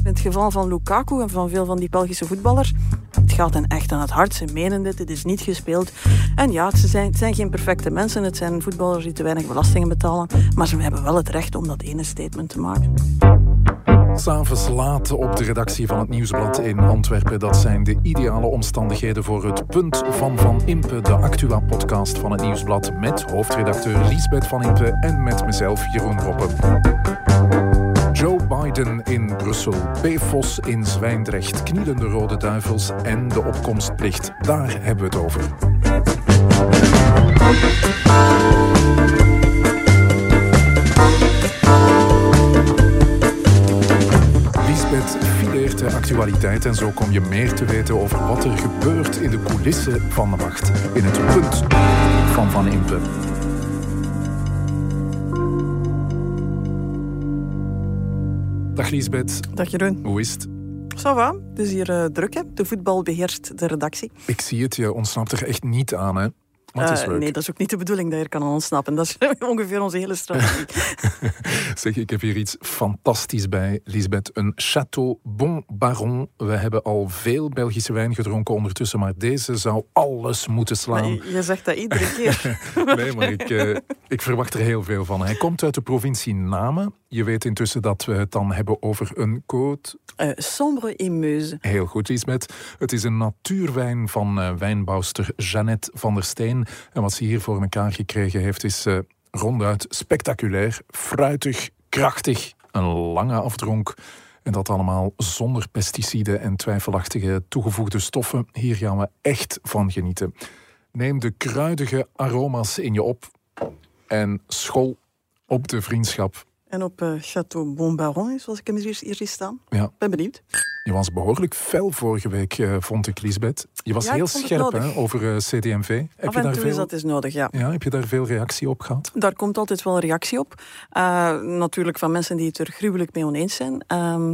In het geval van Lukaku en van veel van die Belgische voetballers, het gaat hen echt aan het hart. Ze menen dit is niet gespeeld. En ja, het zijn geen perfecte mensen. Het zijn voetballers die te weinig belastingen betalen. Maar ze hebben wel het recht om dat ene statement te maken. 'S'avonds laat op de redactie van het Nieuwsblad in Antwerpen. Dat zijn de ideale omstandigheden voor het Punt van Van Impe, de Actua-podcast van het Nieuwsblad, met hoofdredacteur Liesbeth Van Impe en met mezelf, Jeroen Roppen. Joe Biden in Brussel, PFOS in Zwijndrecht, knielende Rode Duivels en de opkomstplicht. Daar hebben we het over. Liesbeth fileert de actualiteit en zo kom je meer te weten over wat er gebeurt in de coulissen van de macht. In het Punt van Van Impe. Dag Liesbeth. Dag Jeroen. Hoe is het? Ça va, het is hier druk, hè. De voetbal beheerst de redactie. Ik zie het, je ontsnapt er echt niet aan, hè? Maar het is leuk. Nee, dat is ook niet de bedoeling dat je er kan ontsnappen. Dat is ongeveer onze hele strategie. Zeg, ik heb hier iets fantastisch bij, Liesbeth. Een Château Bon Baron. We hebben al veel Belgische wijn gedronken ondertussen, maar deze zou alles moeten slaan. Je zegt dat iedere keer. Nee, maar ik verwacht er heel veel van. Hij komt uit de provincie Namen. Je weet intussen dat we het dan hebben over een côte. Sombre et Meuse. Heel goed, Liesbeth. Het is een natuurwijn van wijnbouwster Jeannette van der Steen. En wat ze hier voor elkaar gekregen heeft is ronduit spectaculair, fruitig, krachtig, een lange afdronk. En dat allemaal zonder pesticiden en twijfelachtige toegevoegde stoffen. Hier gaan we echt van genieten. Neem de kruidige aroma's in je op en schol op de vriendschap. En op Château Bon Baron, zoals ik hem hier zie staan. Ja. Ben benieuwd. Je was behoorlijk fel vorige week, vond ik, Liesbeth. Je was heel scherp hè, over CD&V. Af en toe is dat is nodig, ja. Ja. Heb je daar veel reactie op gehad? Daar komt altijd wel een reactie op. Natuurlijk van mensen die het er gruwelijk mee oneens zijn.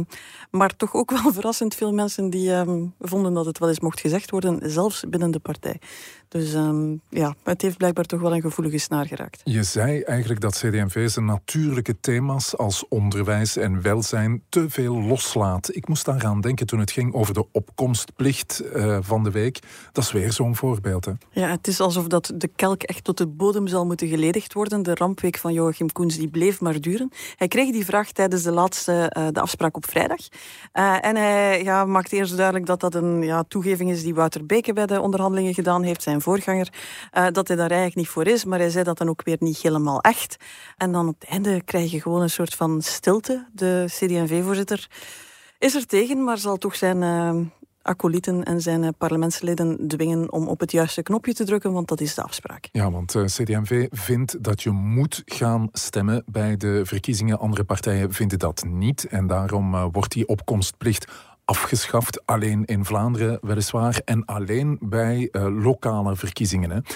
Maar toch ook wel verrassend veel mensen die vonden dat het wel eens mocht gezegd worden, zelfs binnen de partij. Dus ja, het heeft blijkbaar toch wel een gevoelige snaar geraakt. Je zei eigenlijk dat CD&V zijn natuurlijke thema's als onderwijs en welzijn te veel loslaat. Ik moest daaraan denken toen het ging over de opkomstplicht van de week. Dat is weer zo'n voorbeeld. Hè? Ja, het is alsof dat de kelk echt tot de bodem zal moeten geledigd worden. De rampweek van Joachim Koens die bleef maar duren. Hij kreeg die vraag tijdens de afspraak op vrijdag. En hij maakte eerst duidelijk dat dat een toegeving is die Wouter Beke bij de onderhandelingen gedaan heeft, zijn voorganger. Dat hij daar eigenlijk niet voor is, maar hij zei dat dan ook weer niet helemaal echt. En dan op het einde krijg je gewoon een soort van stilte. De CD&V-voorzitter is er tegen, maar zal toch zijn acolyten en zijn parlementsleden dwingen om op het juiste knopje te drukken, want dat is de afspraak. Ja, want CD&V vindt dat je moet gaan stemmen bij de verkiezingen. Andere partijen vinden dat niet en daarom wordt die opkomstplicht afgeschaft, alleen in Vlaanderen weliswaar en alleen bij lokale verkiezingen. Hè.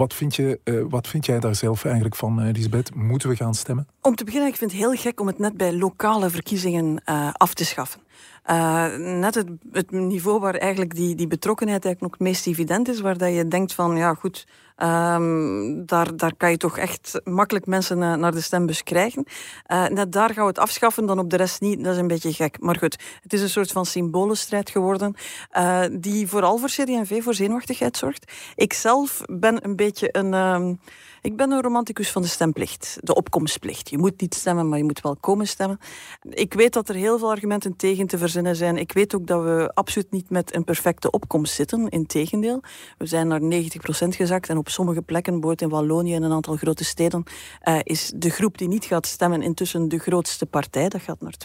Wat vind jij daar zelf eigenlijk van, Liesbeth? Moeten we gaan stemmen? Om te beginnen, ik vind het heel gek om het net bij lokale verkiezingen af te schaffen. Net het niveau waar eigenlijk die betrokkenheid eigenlijk nog het meest evident is, waar dat je denkt van, ja goed, daar kan je toch echt makkelijk mensen naar de stembus krijgen. Net daar gaan we het afschaffen, dan op de rest niet. Dat is een beetje gek. Maar goed, het is een soort van symbolenstrijd geworden, die vooral voor CD&V voor zenuwachtigheid zorgt. Ik zelf ben een beetje ik ben een romanticus van de stemplicht, de opkomstplicht. Je moet niet stemmen, maar je moet wel komen stemmen. Ik weet dat er heel veel argumenten tegen te verzinnen zijn. Ik weet ook dat we absoluut niet met een perfecte opkomst zitten. Integendeel, we zijn naar 90% gezakt en op sommige plekken, bijvoorbeeld in Wallonië en een aantal grote steden, is de groep die niet gaat stemmen intussen de grootste partij. Dat gaat naar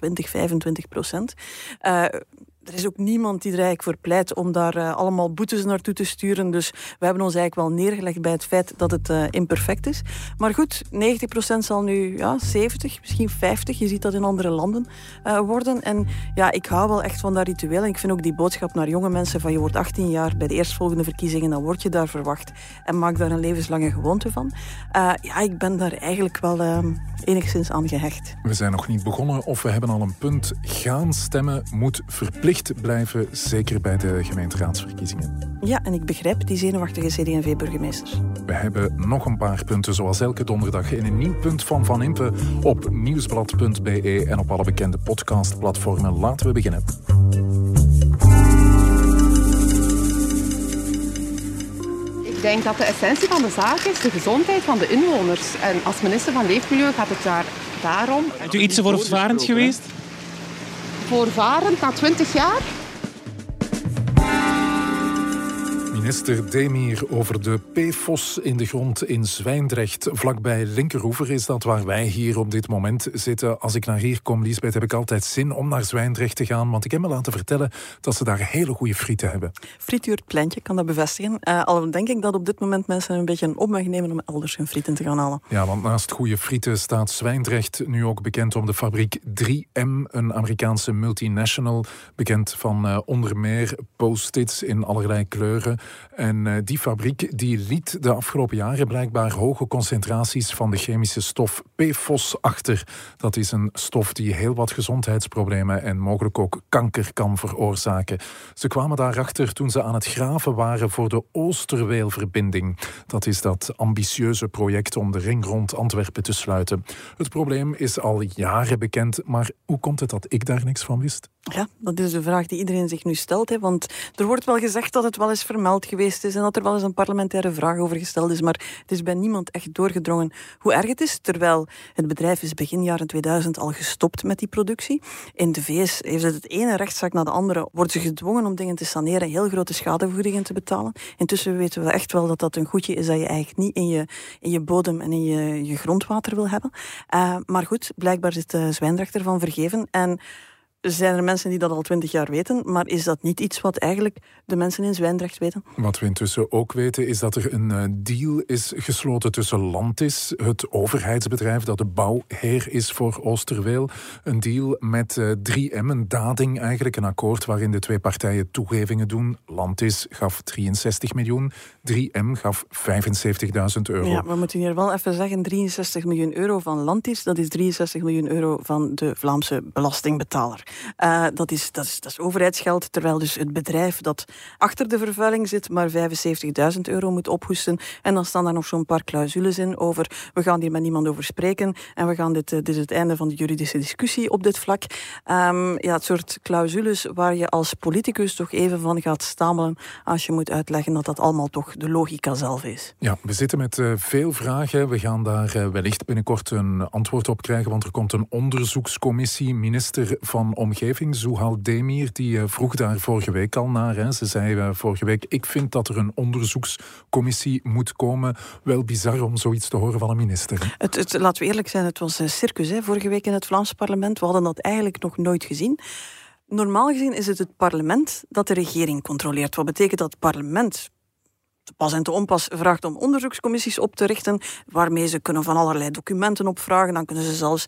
20-25%. Er is ook niemand die er eigenlijk voor pleit om daar allemaal boetes naartoe te sturen. Dus we hebben ons eigenlijk wel neergelegd bij het feit dat het imperfect is. Maar goed, 90% zal nu 70, misschien 50%. Je ziet dat in andere landen worden. En ja, ik hou wel echt van dat ritueel. En ik vind ook die boodschap naar jonge mensen van je wordt 18 jaar bij de eerstvolgende verkiezingen, dan word je daar verwacht. En maak daar een levenslange gewoonte van. Ik ben daar eigenlijk wel enigszins aan gehecht. We zijn nog niet begonnen of we hebben al een punt. Gaan stemmen moet verplicht dicht blijven, zeker bij de gemeenteraadsverkiezingen. Ja, en ik begrijp die zenuwachtige CD&V-burgemeesters. We hebben nog een paar punten, zoals elke donderdag, in een nieuw punt van Van Impe op nieuwsblad.be en op alle bekende podcastplatformen. Laten we beginnen. Ik denk dat de essentie van de zaak is de gezondheid van de inwoners. En als minister van Leefmilieu gaat het daarom... Bent u iets voortvarend geweest? Voortvarend na 20 jaar? Minister Demir over de PFOS in de grond in Zwijndrecht. Vlakbij Linkeroever is dat waar wij hier op dit moment zitten. Als ik naar hier kom, Liesbeth, heb ik altijd zin om naar Zwijndrecht te gaan. Want ik heb me laten vertellen dat ze daar hele goede frieten hebben. Frituur het Pleintje, kan dat bevestigen. Al denk ik dat op dit moment mensen een beetje een omweg nemen om elders hun frieten te gaan halen. Ja, want naast goede frieten staat Zwijndrecht nu ook bekend om de fabriek 3M. Een Amerikaanse multinational, bekend van onder meer post-its in allerlei kleuren. En die fabriek die liet de afgelopen jaren blijkbaar hoge concentraties van de chemische stof PFOS achter. Dat is een stof die heel wat gezondheidsproblemen en mogelijk ook kanker kan veroorzaken. Ze kwamen daarachter toen ze aan het graven waren voor de Oosterweelverbinding. Dat is dat ambitieuze project om de ring rond Antwerpen te sluiten. Het probleem is al jaren bekend, maar hoe komt het dat ik daar niks van wist? Ja, dat is de vraag die iedereen zich nu stelt. Hè, want er wordt wel gezegd dat het wel eens vermeld geweest is en dat er wel eens een parlementaire vraag over gesteld is, maar het is bij niemand echt doorgedrongen hoe erg het is, terwijl het bedrijf is begin jaren 2000 al gestopt met die productie. In de VS heeft het ene rechtszaak na de andere, wordt ze gedwongen om dingen te saneren, heel grote schadevergoedingen te betalen. Intussen weten we echt wel dat dat een goedje is dat je eigenlijk niet in je bodem en in je grondwater wil hebben. Maar goed, blijkbaar zit Zwijndrecht ervan vergeven en zijn er mensen die dat al 20 jaar weten, maar is dat niet iets wat eigenlijk de mensen in Zwijndrecht weten? Wat we intussen ook weten is dat er een deal is gesloten tussen Landis, het overheidsbedrijf dat de bouwheer is voor Oosterweel. Een deal met 3M, een dading eigenlijk, een akkoord waarin de twee partijen toegevingen doen. Landis gaf 63 miljoen, 3M gaf 75.000 euro. Ja, we moeten hier wel even zeggen, 63 miljoen euro van Landis, dat is 63 miljoen euro van de Vlaamse belastingbetaler. Dat is overheidsgeld, terwijl dus het bedrijf dat achter de vervuiling zit maar 75.000 euro moet ophoesten. En dan staan daar nog zo'n paar clausules in over we gaan hier met niemand over spreken en we gaan dit is het einde van de juridische discussie op dit vlak. Het soort clausules waar je als politicus toch even van gaat stamelen als je moet uitleggen dat dat allemaal toch de logica zelf is. Ja, we zitten met veel vragen. We gaan daar wellicht binnenkort een antwoord op krijgen, want er komt een onderzoekscommissie. Minister van Omgeving, Zuhal Demir, die vroeg daar vorige week al naar. Hè. Ze zei vorige week, ik vind dat er een onderzoekscommissie moet komen. Wel bizar om zoiets te horen van een minister. Laten we eerlijk zijn, het was een circus vorige week in het Vlaams parlement. We hadden dat eigenlijk nog nooit gezien. Normaal gezien is het parlement dat de regering controleert. Wat betekent dat het parlement te pas en te onpas vraagt om onderzoekscommissies op te richten, waarmee ze kunnen van allerlei documenten opvragen. Dan kunnen ze zelfs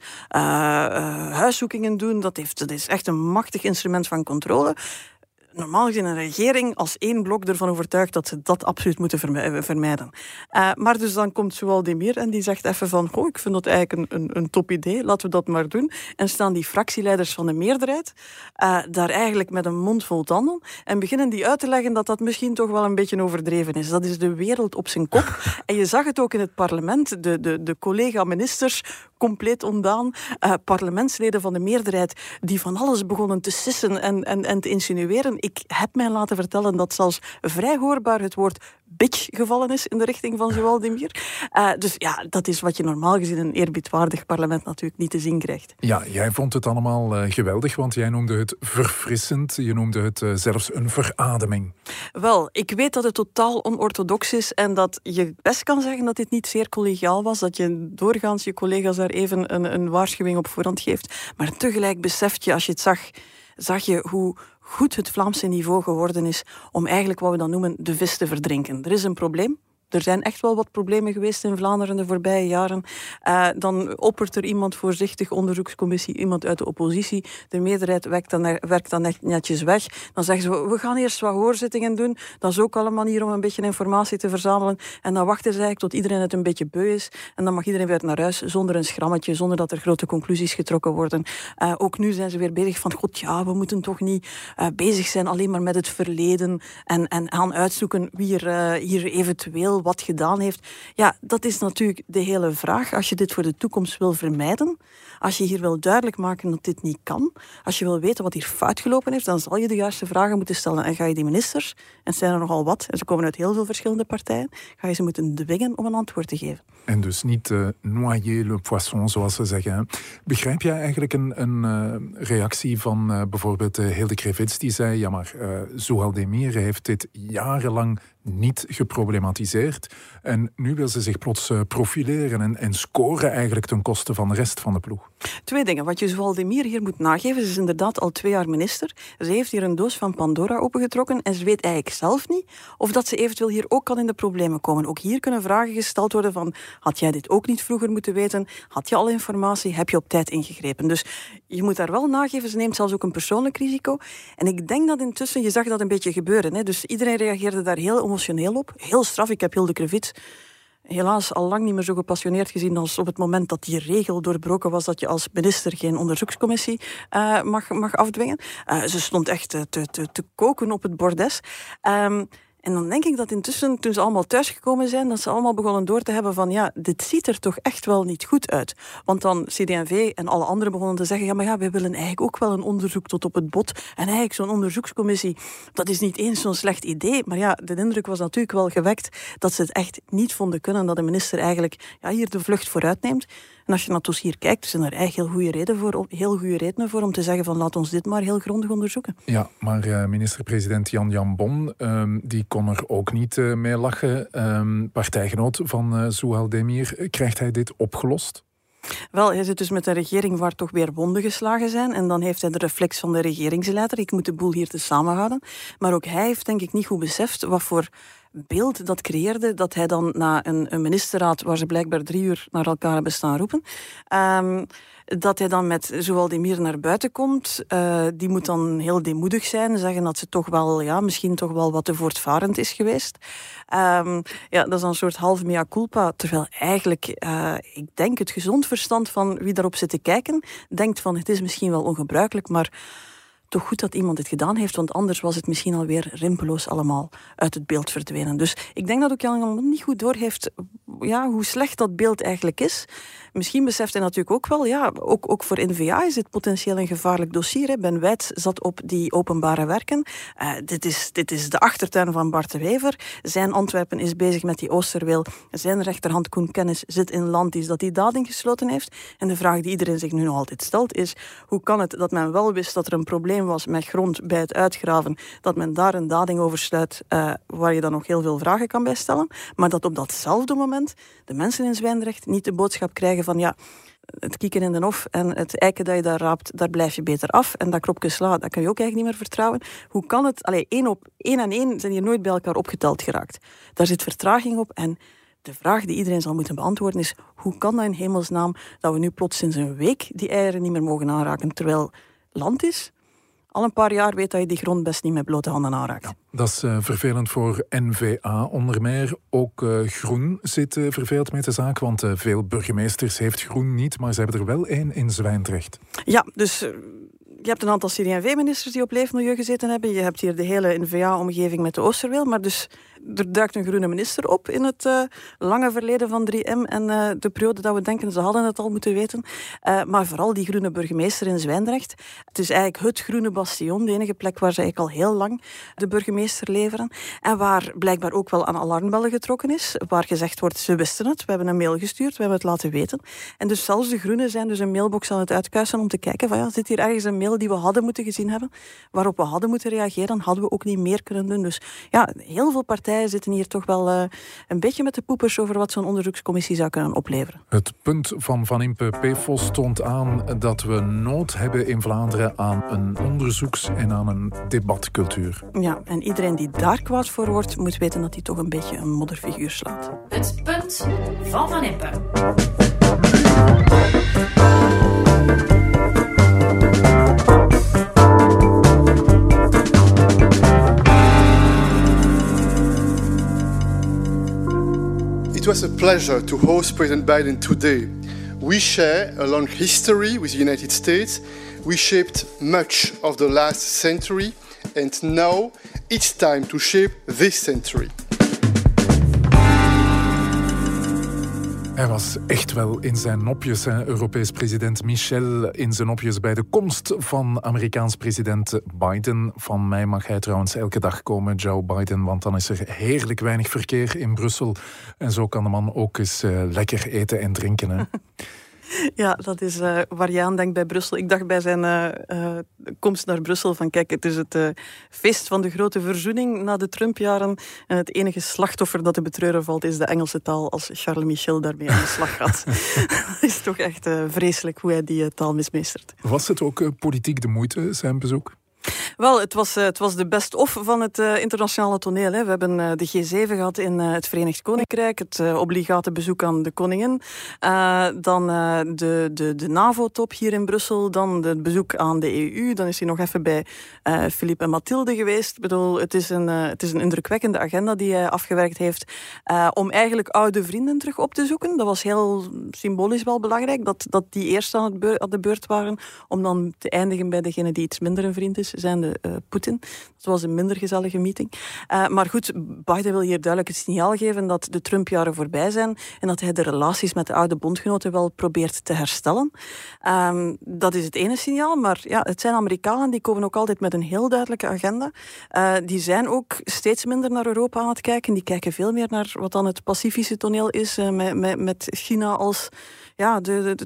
huiszoekingen doen. Dat is echt een machtig instrument van controle. Normaal gezien een regering als één blok ervan overtuigd dat ze dat absoluut moeten vermijden. Maar dus dan komt Zuhal Demir en die zegt even van, ik vind dat eigenlijk een top idee, laten we dat maar doen. En staan die fractieleiders van de meerderheid daar eigenlijk met een mond vol tanden en beginnen die uit te leggen dat dat misschien toch wel een beetje overdreven is. Dat is de wereld op zijn kop. En je zag het ook in het parlement, de collega-ministers compleet ontdaan, parlementsleden van de meerderheid die van alles begonnen te sissen en te insinueren. Ik heb mij laten vertellen dat zelfs vrij hoorbaar het woord bitch gevallen is in de richting van Zuhal Demir. Dus ja, dat is wat je normaal gezien in een eerbiedwaardig parlement natuurlijk niet te zien krijgt. Ja, jij vond het allemaal geweldig, want jij noemde het verfrissend. Je noemde het zelfs een verademing. Wel, ik weet dat het totaal onorthodox is en dat je best kan zeggen dat dit niet zeer collegiaal was, dat je doorgaans je collega's daar even een waarschuwing op voorhand geeft. Maar tegelijk beseft je, als je het zag je hoe goed het Vlaamse niveau geworden is om eigenlijk wat we dan noemen de vis te verdrinken. Er is een probleem. er zijn echt wel wat problemen geweest in Vlaanderen de voorbije jaren. Dan oppert er iemand voorzichtig, onderzoekscommissie, iemand uit de oppositie. De meerderheid werkt dan netjes weg. Dan zeggen ze, we gaan eerst wat hoorzittingen doen. Dat is ook al een manier om een beetje informatie te verzamelen. En dan wachten ze eigenlijk tot iedereen het een beetje beu is. En dan mag iedereen weer naar huis zonder een schrammetje, zonder dat er grote conclusies getrokken worden. Ook nu zijn ze weer bezig van, god ja, we moeten toch niet bezig zijn alleen maar met het verleden en gaan uitzoeken wie er hier eventueel wat gedaan heeft. Ja, dat is natuurlijk de hele vraag. Als je dit voor de toekomst wil vermijden, als je hier wil duidelijk maken dat dit niet kan, als je wil weten wat hier fout gelopen heeft, dan zal je de juiste vragen moeten stellen. En ga je die ministers, en het zijn er nogal wat, en ze komen uit heel veel verschillende partijen, ga je ze moeten dwingen om een antwoord te geven. En dus niet noyer le poisson, zoals ze zeggen. Hè. Begrijp jij eigenlijk een reactie van bijvoorbeeld Hilde Krevits, die zei, ja maar Zouhal Demir heeft dit jarenlang niet geproblematiseerd. En nu wil ze zich plots profileren en scoren eigenlijk ten koste van de rest van de ploeg. 2 dingen. Wat je Zouhal Demir hier moet nageven, ze is inderdaad al 2 jaar minister. Ze heeft hier een doos van Pandora opengetrokken en ze weet eigenlijk zelf niet of dat ze eventueel hier ook kan in de problemen komen. Ook hier kunnen vragen gesteld worden van, had jij dit ook niet vroeger moeten weten? Had je alle informatie? Heb je op tijd ingegrepen? Dus je moet daar wel nageven, ze neemt zelfs ook een persoonlijk risico. En ik denk dat intussen, je zag dat een beetje gebeuren. Hè? Dus iedereen reageerde daar heel emotioneel op. Heel straf. Ik heb Hilde Krevits helaas al lang niet meer zo gepassioneerd gezien als op het moment dat die regel doorbroken was dat je als minister geen onderzoekscommissie mag afdwingen. Ze stond echt te koken op het bordes. En dan denk ik dat intussen, toen ze allemaal thuisgekomen zijn, dat ze allemaal begonnen door te hebben van, ja, dit ziet er toch echt wel niet goed uit. Want dan CD&V en alle anderen begonnen te zeggen, ja, maar ja, wij willen eigenlijk ook wel een onderzoek tot op het bot. En eigenlijk zo'n onderzoekscommissie, dat is niet eens zo'n slecht idee. Maar ja, de indruk was natuurlijk wel gewekt dat ze het echt niet vonden kunnen, dat de minister eigenlijk hier de vlucht vooruit neemt. En als je naar het dossier kijkt, zijn er eigenlijk heel goede redenen voor om te zeggen van laat ons dit maar heel grondig onderzoeken. Ja, maar minister-president Jan Jambon, die kon er ook niet mee lachen. Partijgenoot van Zouhal Demir, krijgt hij dit opgelost? Wel, hij zit dus met een regering waar toch weer wonden geslagen zijn. En dan heeft hij de reflex van de regeringsleider. Ik moet de boel hier te samenhouden. Maar ook hij heeft denk ik niet goed beseft wat voor beeld dat creëerde, dat hij dan na een ministerraad, waar ze blijkbaar 3 uur naar elkaar hebben staan roepen, dat hij dan met Zouhal Demir naar buiten komt. Die moet dan heel deemoedig zijn, zeggen dat ze toch wel, misschien toch wel wat te voortvarend is geweest. Dat is een soort half mea culpa, terwijl eigenlijk, ik denk het gezond verstand van wie daarop zit te kijken, denkt van het is misschien wel ongebruikelijk, maar toch goed dat iemand dit gedaan heeft, want anders was het misschien alweer rimpeloos allemaal uit het beeld verdwenen. Dus ik denk dat ook Jan Jambon niet goed doorheeft hoe slecht dat beeld eigenlijk is. Misschien beseft hij natuurlijk ook wel, ook voor N-VA is dit potentieel een gevaarlijk dossier. Hè. Ben Wijts zat op die openbare werken. Dit is de achtertuin van Bart de Wever. Zijn Antwerpen is bezig met die Oosterweel. Zijn rechterhand Koen Kennis zit in Landis dat die daad ingesloten heeft. En de vraag die iedereen zich nu nog altijd stelt is, hoe kan het dat men wel wist dat er een probleem was met grond bij het uitgraven, dat men daar een dading over sluit, waar je dan nog heel veel vragen kan bij stellen, maar dat op datzelfde moment de mensen in Zwijndrecht niet de boodschap krijgen van het kieken in de hof en het eiken dat je daar raapt, daar blijf je beter af. En dat kropje sla, dat kun je ook eigenlijk niet meer vertrouwen. Hoe kan het? 1 en 1 zijn hier nooit bij elkaar opgeteld geraakt. Daar zit vertraging op en de vraag die iedereen zal moeten beantwoorden is, hoe kan dat in hemelsnaam dat we nu plots sinds een week die eieren niet meer mogen aanraken, terwijl land is? Al een paar jaar weet dat je die grond best niet met blote handen aanraakt. Ja, dat is vervelend voor N-VA onder meer. Ook Groen zit verveeld met de zaak, want veel burgemeesters heeft Groen niet, maar ze hebben er wel 1 in Zwijndrecht. Ja, dus je hebt een aantal CD&V-ministers die op leefmilieu gezeten hebben. Je hebt hier de hele N-VA-omgeving met de Oosterweel, maar dus er duikt een groene minister op in het lange verleden van 3M en de periode dat we denken, ze hadden het al moeten weten. Maar vooral die groene burgemeester in Zwijndrecht. Het is eigenlijk het groene bastion, de enige plek waar ze eigenlijk al heel lang de burgemeester leveren. En waar blijkbaar ook wel aan alarmbellen getrokken is. Waar gezegd wordt, ze wisten het, we hebben een mail gestuurd, we hebben het laten weten. En dus zelfs de groenen zijn dus een mailbox aan het uitkuisen om te kijken van zit hier ergens een mail die we hadden moeten gezien hebben, waarop we hadden moeten reageren, hadden we ook niet meer kunnen doen. Dus heel veel partijen wij zitten hier toch wel een beetje met de poepers over wat zo'n onderzoekscommissie zou kunnen opleveren. Het punt van Van Impe Pefos stond aan dat we nood hebben in Vlaanderen aan een onderzoeks- en aan een debatcultuur. Ja, en iedereen die daar kwaad voor wordt, moet weten dat hij toch een beetje een modderfiguur slaat. Het punt van Van Impe. It was a pleasure to host President Biden today. We share a long history with the United States. We shaped much of the last century, and now it's time to shape this century. Hij was echt wel in zijn nopjes, hè? Europees president Michel in zijn nopjes bij de komst van Amerikaans president Biden. Van mij mag hij trouwens elke dag komen, Joe Biden, want dan is er heerlijk weinig verkeer in Brussel. En zo kan de man ook eens lekker eten en drinken, hè? Ja, dat is waar je aan denkt bij Brussel. Ik dacht bij zijn komst naar Brussel van kijk, het is het feest van de grote verzoening na de Trump-jaren. En het enige slachtoffer dat te betreuren valt is de Engelse taal als Charles Michel daarmee aan de slag gaat. Dat is toch echt vreselijk hoe hij die taal mismeestert. Was het ook politiek de moeite, zijn bezoek? Wel, het was de best-of van het internationale toneel. Hè. We hebben de G7 gehad in het Verenigd Koninkrijk, het obligate bezoek aan de koningin, dan de NAVO-top hier in Brussel, dan het bezoek aan de EU, dan is hij nog even bij Philippe en Mathilde geweest. Ik bedoel, het is een indrukwekkende agenda die hij afgewerkt heeft om eigenlijk oude vrienden terug op te zoeken. Dat was heel symbolisch wel belangrijk, dat die eerst aan de beurt waren, om dan te eindigen bij degene die iets minder een vriend is, zijn de Poetin. Dat was een minder gezellige meeting. Maar goed, Biden wil hier duidelijk het signaal geven dat de Trump-jaren voorbij zijn en dat hij de relaties met de oude bondgenoten wel probeert te herstellen. Dat is het ene signaal, maar ja, het zijn Amerikanen, die komen ook altijd met een heel duidelijke agenda. Die zijn ook steeds minder naar Europa aan het kijken. Die kijken veel meer naar wat dan het Pacifische toneel is, met China als ja,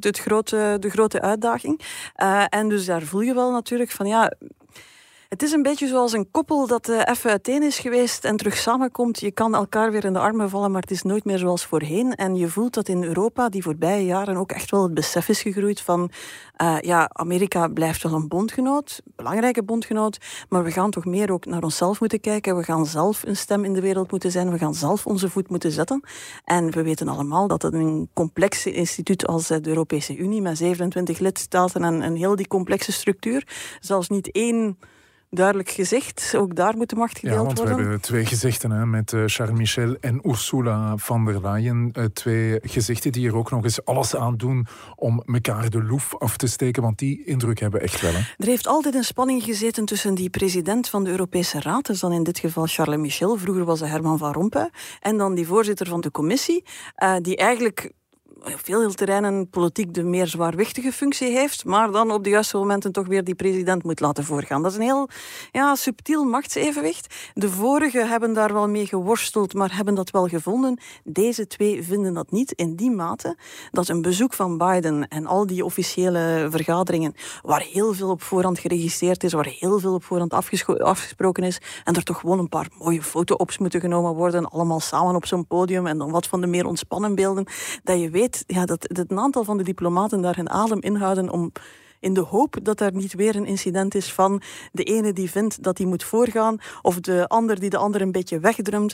de grote uitdaging. En dus daar voel je wel natuurlijk van ja, het is een beetje zoals een koppel dat even uiteen is geweest en terug samenkomt. Je kan elkaar weer in de armen vallen, maar het is nooit meer zoals voorheen. En je voelt dat in Europa die voorbije jaren ook echt wel het besef is gegroeid van Amerika blijft wel een bondgenoot, belangrijke bondgenoot, maar we gaan toch meer ook naar onszelf moeten kijken. We gaan zelf een stem in de wereld moeten zijn. We gaan zelf onze voet moeten zetten. En we weten allemaal dat het een complex instituut als de Europese Unie met 27 lidstaten en heel die complexe structuur, zelfs niet één duidelijk gezicht. Ook daar moet de macht gedeeld worden. Ja, want we hebben twee gezichten, hè, met Charles Michel en Ursula von der Leyen. Twee gezichten die er ook nog eens alles aan doen om elkaar de loef af te steken, want die indruk hebben we echt wel. Hè. Er heeft altijd een spanning gezeten tussen die president van de Europese Raad, dus dan in dit geval Charles Michel, vroeger was hij Herman Van Rompuy, en dan die voorzitter van de commissie, die eigenlijk op veel terreinen politiek de meer zwaarwichtige functie heeft, maar dan op de juiste momenten toch weer die president moet laten voorgaan. Dat is een heel subtiel machtsevenwicht. De vorigen hebben daar wel mee geworsteld, maar hebben dat wel gevonden. Deze twee vinden dat niet in die mate dat een bezoek van Biden en al die officiële vergaderingen, waar heel veel op voorhand geregistreerd is, waar heel veel op voorhand afgesproken is, en er toch gewoon een paar mooie foto-ops moeten genomen worden, allemaal samen op zo'n podium, en dan wat van de meer ontspannen beelden, dat je weet dat een aantal van de diplomaten daar hun adem inhouden om in de hoop dat er niet weer een incident is van de ene die vindt dat hij moet voorgaan of de ander die de ander een beetje wegdrumt.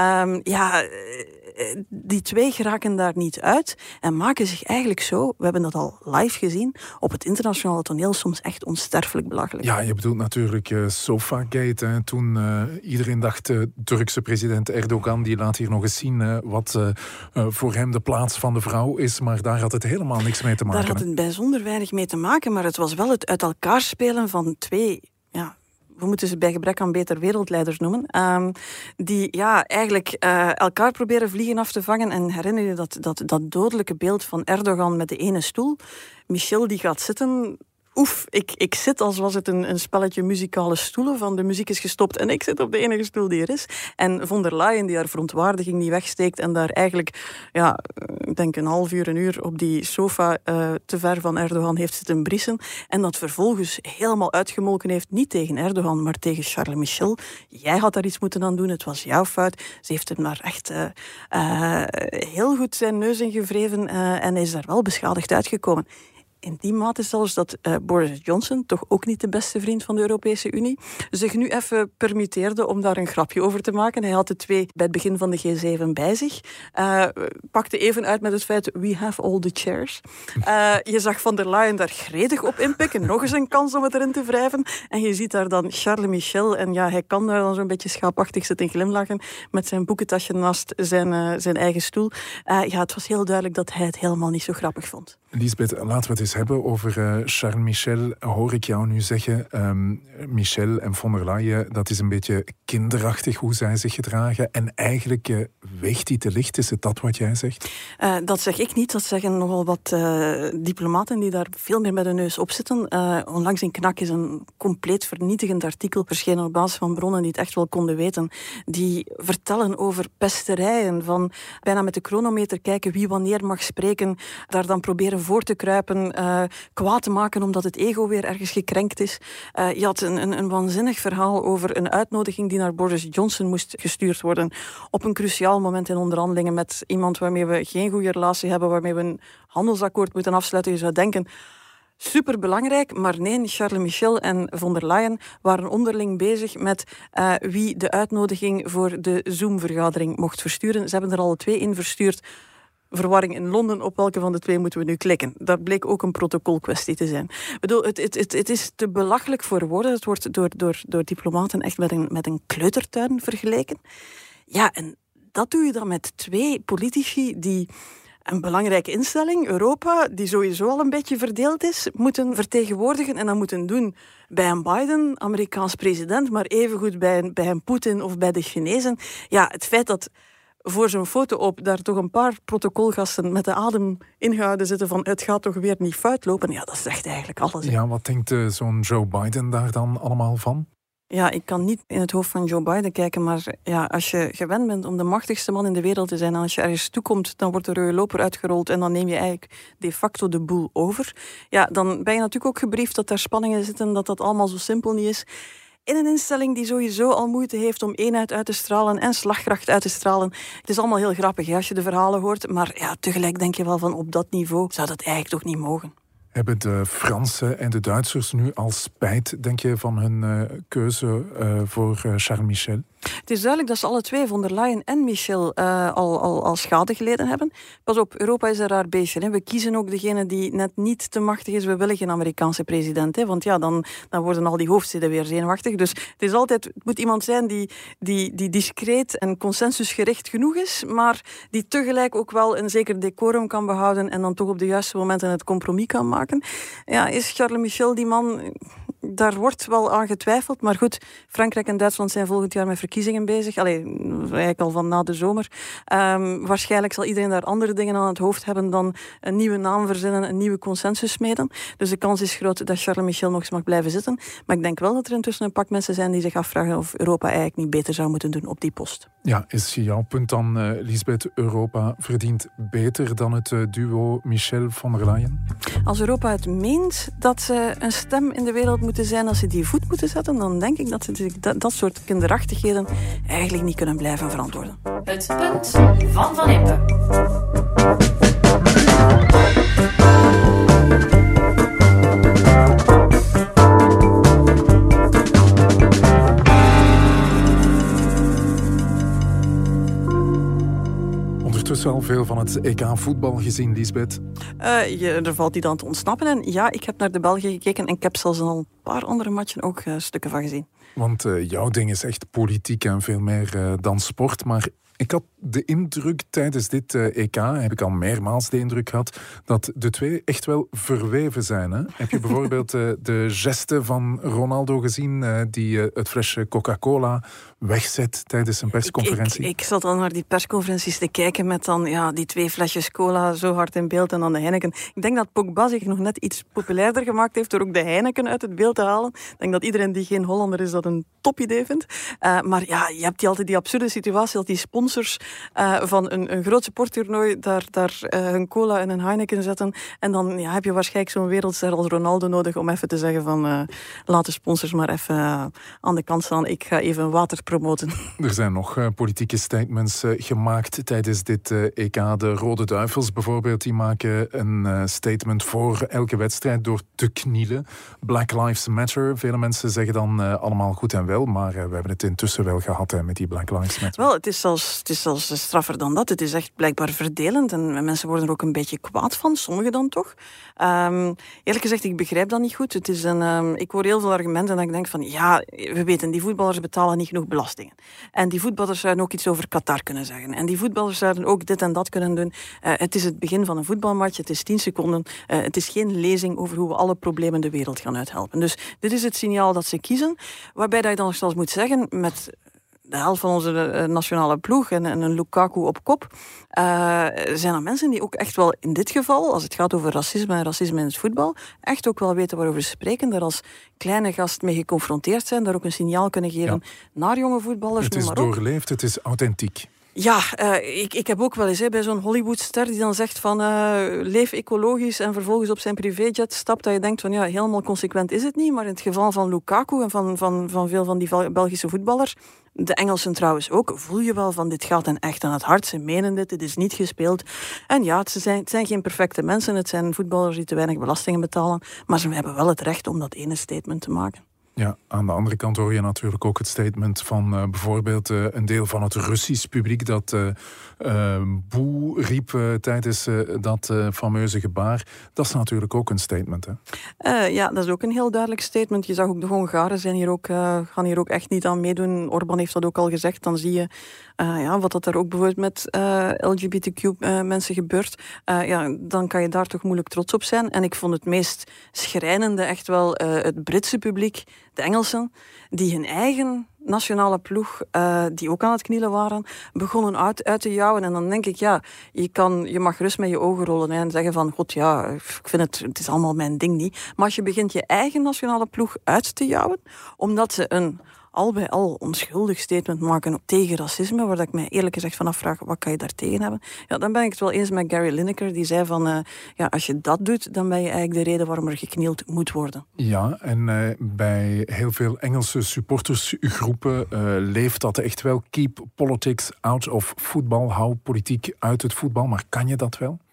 Die twee geraken daar niet uit en maken zich eigenlijk zo, we hebben dat al live gezien, op het internationale toneel soms echt onsterfelijk belachelijk. Ja, je bedoelt natuurlijk Sofagate. Hè. Toen iedereen dacht, Turkse president Erdogan, die laat hier nog eens zien wat voor hem de plaats van de vrouw is, maar daar had het helemaal niks mee te maken. Daar had het bijzonder weinig mee te maken, maar het was wel het uit elkaar spelen van twee, we moeten ze bij gebrek aan beter wereldleiders noemen, die eigenlijk elkaar proberen vliegen af te vangen. En herinner je dat dodelijke beeld van Erdogan met de ene stoel. Michel die gaat zitten, ik zit als was het een spelletje muzikale stoelen, van de muziek is gestopt en ik zit op de enige stoel die er is. En von der Leyen die haar verontwaardiging niet wegsteekt en daar eigenlijk, ik denk een uur op die sofa te ver van Erdogan heeft zitten briesen en dat vervolgens helemaal uitgemolken heeft, niet tegen Erdogan, maar tegen Charles Michel. Jij had daar iets moeten aan doen, het was jouw fout. Ze heeft hem maar echt heel goed zijn neus ingevreven en is daar wel beschadigd uitgekomen. In die mate zelfs dat Boris Johnson, toch ook niet de beste vriend van de Europese Unie, zich nu even permitteerde om daar een grapje over te maken. Hij had de twee bij het begin van de G7 bij zich. Pakte even uit met het feit, we have all the chairs. Je zag von der Leyen daar gredig op inpikken. Nog eens een kans om het erin te wrijven. En je ziet daar dan Charles Michel. En ja, hij kan daar dan zo'n beetje schaapachtig zitten glimlachen met zijn boekentasje naast zijn eigen stoel. Het was heel duidelijk dat hij het helemaal niet zo grappig vond. Lisbeth, laten we het eens hebben over Charles Michel. Hoor ik jou nu zeggen, Michel en von der Leyen, dat is een beetje kinderachtig hoe zij zich gedragen. En eigenlijk weegt die te licht. Is het dat wat jij zegt? Dat zeg ik niet. Dat zeggen nogal wat diplomaten die daar veel meer met de neus op zitten. Onlangs in Knak is een compleet vernietigend artikel verschenen op basis van bronnen die het echt wel konden weten. Die vertellen over pesterijen, van bijna met de chronometer kijken wie wanneer mag spreken, daar dan proberen voor te kruipen, kwaad te maken omdat het ego weer ergens gekrenkt is. Je had een waanzinnig verhaal over een uitnodiging die naar Boris Johnson moest gestuurd worden op een cruciaal moment in onderhandelingen met iemand waarmee we geen goede relatie hebben, waarmee we een handelsakkoord moeten afsluiten. Je zou denken, superbelangrijk, maar nee, Charles Michel en von der Leyen waren onderling bezig met wie de uitnodiging voor de Zoom-vergadering mocht versturen. Ze hebben er alle twee in verstuurd. Verwarring in Londen, op welke van de twee moeten we nu klikken? Dat bleek ook een protocolkwestie te zijn. Ik bedoel, het is te belachelijk voor woorden. Het wordt door diplomaten echt met een kleutertuin vergeleken. Ja, en dat doe je dan met twee politici die een belangrijke instelling, Europa, die sowieso al een beetje verdeeld is, moeten vertegenwoordigen en dat moeten doen bij een Biden, Amerikaans president, maar evengoed bij een Poetin of bij de Chinezen. Ja, het feit dat voor zo'n foto op daar toch een paar protocolgasten met de adem ingehouden zitten van het gaat toch weer niet fout lopen. Ja, dat zegt eigenlijk alles. Ja, wat denkt zo'n Joe Biden daar dan allemaal van? Ja, ik kan niet in het hoofd van Joe Biden kijken, maar ja, als je gewend bent om de machtigste man in de wereld te zijn en als je ergens toekomt, dan wordt de rode loper uitgerold en dan neem je eigenlijk de facto de boel over. Ja, dan ben je natuurlijk ook gebriefd dat daar spanningen zitten, dat allemaal zo simpel niet is. In een instelling die sowieso al moeite heeft om eenheid uit te stralen en slagkracht uit te stralen. Het is allemaal heel grappig als je de verhalen hoort, maar ja, tegelijk denk je wel van op dat niveau zou dat eigenlijk toch niet mogen. Hebben de Fransen en de Duitsers nu al spijt, denk je, van hun keuze voor Charles Michel? Het is duidelijk dat ze alle twee, von der Leyen en Michel, al schade geleden hebben. Pas op, Europa is een raar beestje. Hè. We kiezen ook degene die net niet te machtig is. We willen geen Amerikaanse president. Hè, want ja, dan worden al die hoofdsteden weer zenuwachtig. Dus het moet iemand zijn die discreet en consensusgericht genoeg is, maar die tegelijk ook wel een zeker decorum kan behouden en dan toch op de juiste momenten het compromis kan maken. Ja, is Charles Michel die man? Daar wordt wel aan getwijfeld, maar goed, Frankrijk en Duitsland zijn volgend jaar met verkiezingen bezig. Eigenlijk al van na de zomer. Waarschijnlijk zal iedereen daar andere dingen aan het hoofd hebben dan een nieuwe naam verzinnen, een nieuwe consensus smeden. Dus de kans is groot dat Charles Michel nog eens mag blijven zitten. Maar ik denk wel dat er intussen een pak mensen zijn die zich afvragen of Europa eigenlijk niet beter zou moeten doen op die post. Ja, is jouw punt dan, Lisbeth, Europa verdient beter dan het duo Michel-von der Leyen? Als Europa het meent dat ze een stem in de wereld moeten zijn, als ze die voet moeten zetten, dan denk ik dat ze dat soort kinderachtigheden eigenlijk niet kunnen blijven verantwoorden. Het punt van Van Impe. Ondertussen al veel van het EK voetbal gezien, Lisbeth? Er valt die dan te ontsnappen. En ja, ik heb naar de Belgen gekeken en ik heb zelfs al een paar andere matchen ook stukken van gezien. Want jouw ding is echt politiek en veel meer dan sport. Maar Ik had de indruk tijdens dit EK, heb ik al meermaals de indruk gehad, dat de twee echt wel verweven zijn. Hè? Heb je bijvoorbeeld de geste van Ronaldo gezien, die het flesje Coca-Cola wegzet tijdens een persconferentie? Ik zat al naar die persconferenties te kijken met dan die 2 flesjes cola zo hard in beeld en dan de Heineken. Ik denk dat Pogba zich nog net iets populairder gemaakt heeft door ook de Heineken uit het beeld te halen. Ik denk dat iedereen die geen Hollander is dat een topidee vindt. Maar ja, je hebt altijd die absurde situatie dat die sponsors van een groot sporttoernooi daar hun cola en een Heineken zetten. En dan heb je waarschijnlijk zo'n wereldster als Ronaldo nodig om even te zeggen van laat de sponsors maar even aan de kant staan. Ik ga even water promoten. Er zijn nog politieke statements gemaakt tijdens dit EK. De Rode Duivels bijvoorbeeld, die maken een statement voor elke wedstrijd door te knielen. Black Lives Matter. Vele mensen zeggen dan allemaal goed en wel, maar we hebben het intussen wel gehad met die Black Lives Matter. Wel, het is zelfs straffer dan dat. Het is echt blijkbaar verdelend en mensen worden er ook een beetje kwaad van, sommigen dan toch. Eerlijk gezegd, ik begrijp dat niet goed. Het is ik hoor heel veel argumenten en ik denk van ja, we weten, die voetballers betalen niet genoeg belastingen. En die voetballers zouden ook iets over Qatar kunnen zeggen. En die voetballers zouden ook dit en dat kunnen doen. Het is het begin van een voetbalmatch, het is 10 seconden. Het is geen lezing over hoe we alle problemen de wereld gaan uithelpen. Dus dit is het signaal dat ze kiezen, waarbij dat je dan zelfs moet zeggen, met de helft van onze nationale ploeg en een Lukaku op kop, zijn er mensen die ook echt wel in dit geval, als het gaat over racisme en racisme in het voetbal, echt ook wel weten waarover ze spreken, daar als kleine gast mee geconfronteerd zijn, daar ook een signaal kunnen geven naar jonge voetballers. Het is doorleefd, het is authentiek. Ja, ik heb ook wel eens bij zo'n Hollywoodster die dan zegt van leef ecologisch en vervolgens op zijn privéjet stapt, dat je denkt van ja, helemaal consequent is het niet, maar in het geval van Lukaku en van veel van die Belgische voetballers, de Engelsen trouwens ook, voel je wel van dit gaat hen echt aan het hart, ze menen dit is niet gespeeld. En ja, het zijn geen perfecte mensen, het zijn voetballers die te weinig belastingen betalen, maar ze hebben wel het recht om dat ene statement te maken. Ja, aan de andere kant hoor je natuurlijk ook het statement van bijvoorbeeld een deel van het Russisch publiek dat boe riep tijdens dat fameuze gebaar. Dat is natuurlijk ook een statement, hè? Ja, dat is ook een heel duidelijk statement. Je zag ook de Hongaren gaan hier ook echt niet aan meedoen. Orbán heeft dat ook al gezegd. Dan zie je wat dat er ook bijvoorbeeld met LGBTQ-mensen gebeurt. Dan kan je daar toch moeilijk trots op zijn. En ik vond het meest schrijnende echt wel het Britse publiek, de Engelsen, die hun eigen nationale ploeg, die ook aan het knielen waren, begonnen uit te jouwen. En dan denk ik, ja, je mag rust met je ogen rollen en zeggen van, god ja, ik vind het is allemaal mijn ding niet. Maar als je begint je eigen nationale ploeg uit te jouwen, omdat ze een al bij al onschuldig statement maken tegen racisme, waar ik mij eerlijk gezegd van afvraag, wat kan je daar tegen hebben? Ja, dan ben ik het wel eens met Gary Lineker, die zei van, als je dat doet, dan ben je eigenlijk de reden waarom er geknield moet worden. Ja, en bij heel veel Engelse supportersgroepen leeft dat echt wel. Keep politics out of football. Hou politiek uit het voetbal. Maar kan je dat wel?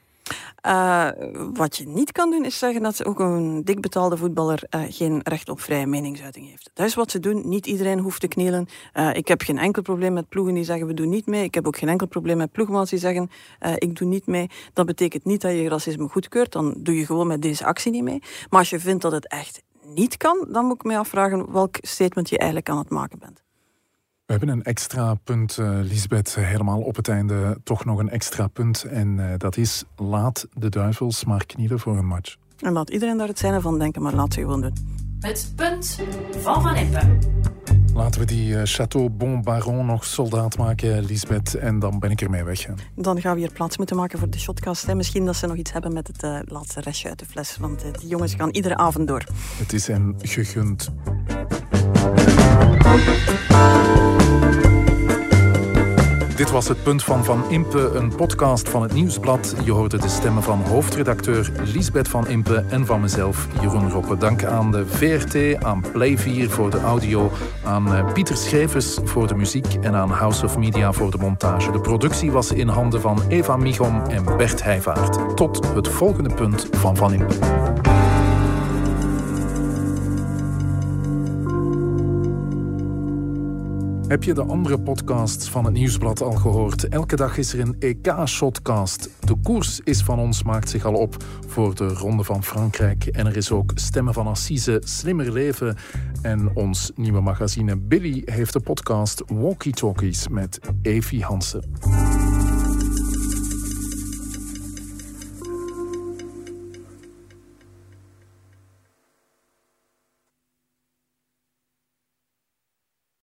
Wat je niet kan doen is zeggen dat ook een dik betaalde voetballer geen recht op vrije meningsuiting heeft. Dat is wat ze doen. Niet iedereen hoeft te knielen. Ik heb geen enkel probleem met ploegen die zeggen we doen niet mee. Ik heb ook geen enkel probleem met ploegmaats die zeggen ik doe niet mee. Dat betekent niet dat je racisme goedkeurt. Dan doe je gewoon met deze actie niet mee. Maar als je vindt dat het echt niet kan, dan moet ik mij afvragen welk statement je eigenlijk aan het maken bent. We hebben een extra punt, Liesbeth, helemaal op het einde toch nog een extra punt. En dat is, laat de duivels maar knielen voor een match. En laat iedereen daar het zijne van denken, maar laat ze gewoon doen. Het punt van Impe. Laten we die Château Bon Baron nog soldaat maken, Liesbeth, en dan ben ik ermee weg. Hè. Dan gaan we hier plaats moeten maken voor de shotcast. Hè. Misschien dat ze nog iets hebben met het laatste restje uit de fles, want die jongens gaan iedere avond door. Het is hen gegund. Dit was het punt van Impe, een podcast van het Nieuwsblad. Je hoorde de stemmen van hoofdredacteur Liesbeth van Impe en van mezelf, Jeroen Roppe. Dank aan de VRT, aan Play 4 voor de audio, aan Pieter Schevers voor de muziek en aan House of Media voor de montage. De productie was in handen van Eva Michom en Bert Heijvaart. Tot het volgende punt van Impe. Heb je de andere podcasts van het Nieuwsblad al gehoord? Elke dag is er een EK-shotcast. De koers is van ons maakt zich al op voor de Ronde van Frankrijk. En er is ook Stemmen van Assise, Slimmer Leven. En ons nieuwe magazine Billy heeft de podcast Walkie Talkies met Evie Hansen.